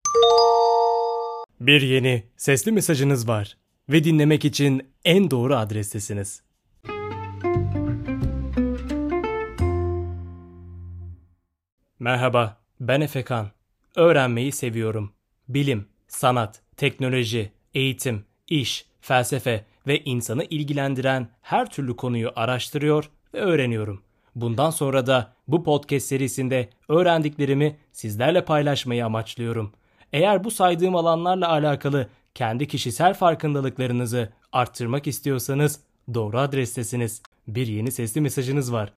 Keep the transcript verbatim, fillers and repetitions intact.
Bir yeni sesli mesajınız var ve dinlemek için en doğru adrestesiniz. Merhaba, ben Efekan. Öğrenmeyi seviyorum. Bilim, sanat, teknoloji, eğitim, iş, felsefe ve insanı ilgilendiren her türlü konuyu araştırıyor ve öğreniyorum. Bundan sonra da bu podcast serisinde öğrendiklerimi sizlerle paylaşmayı amaçlıyorum. Eğer bu saydığım alanlarla alakalı kendi kişisel farkındalıklarınızı arttırmak istiyorsanız doğru adrestesiniz. Bir yeni sesli mesajınız var.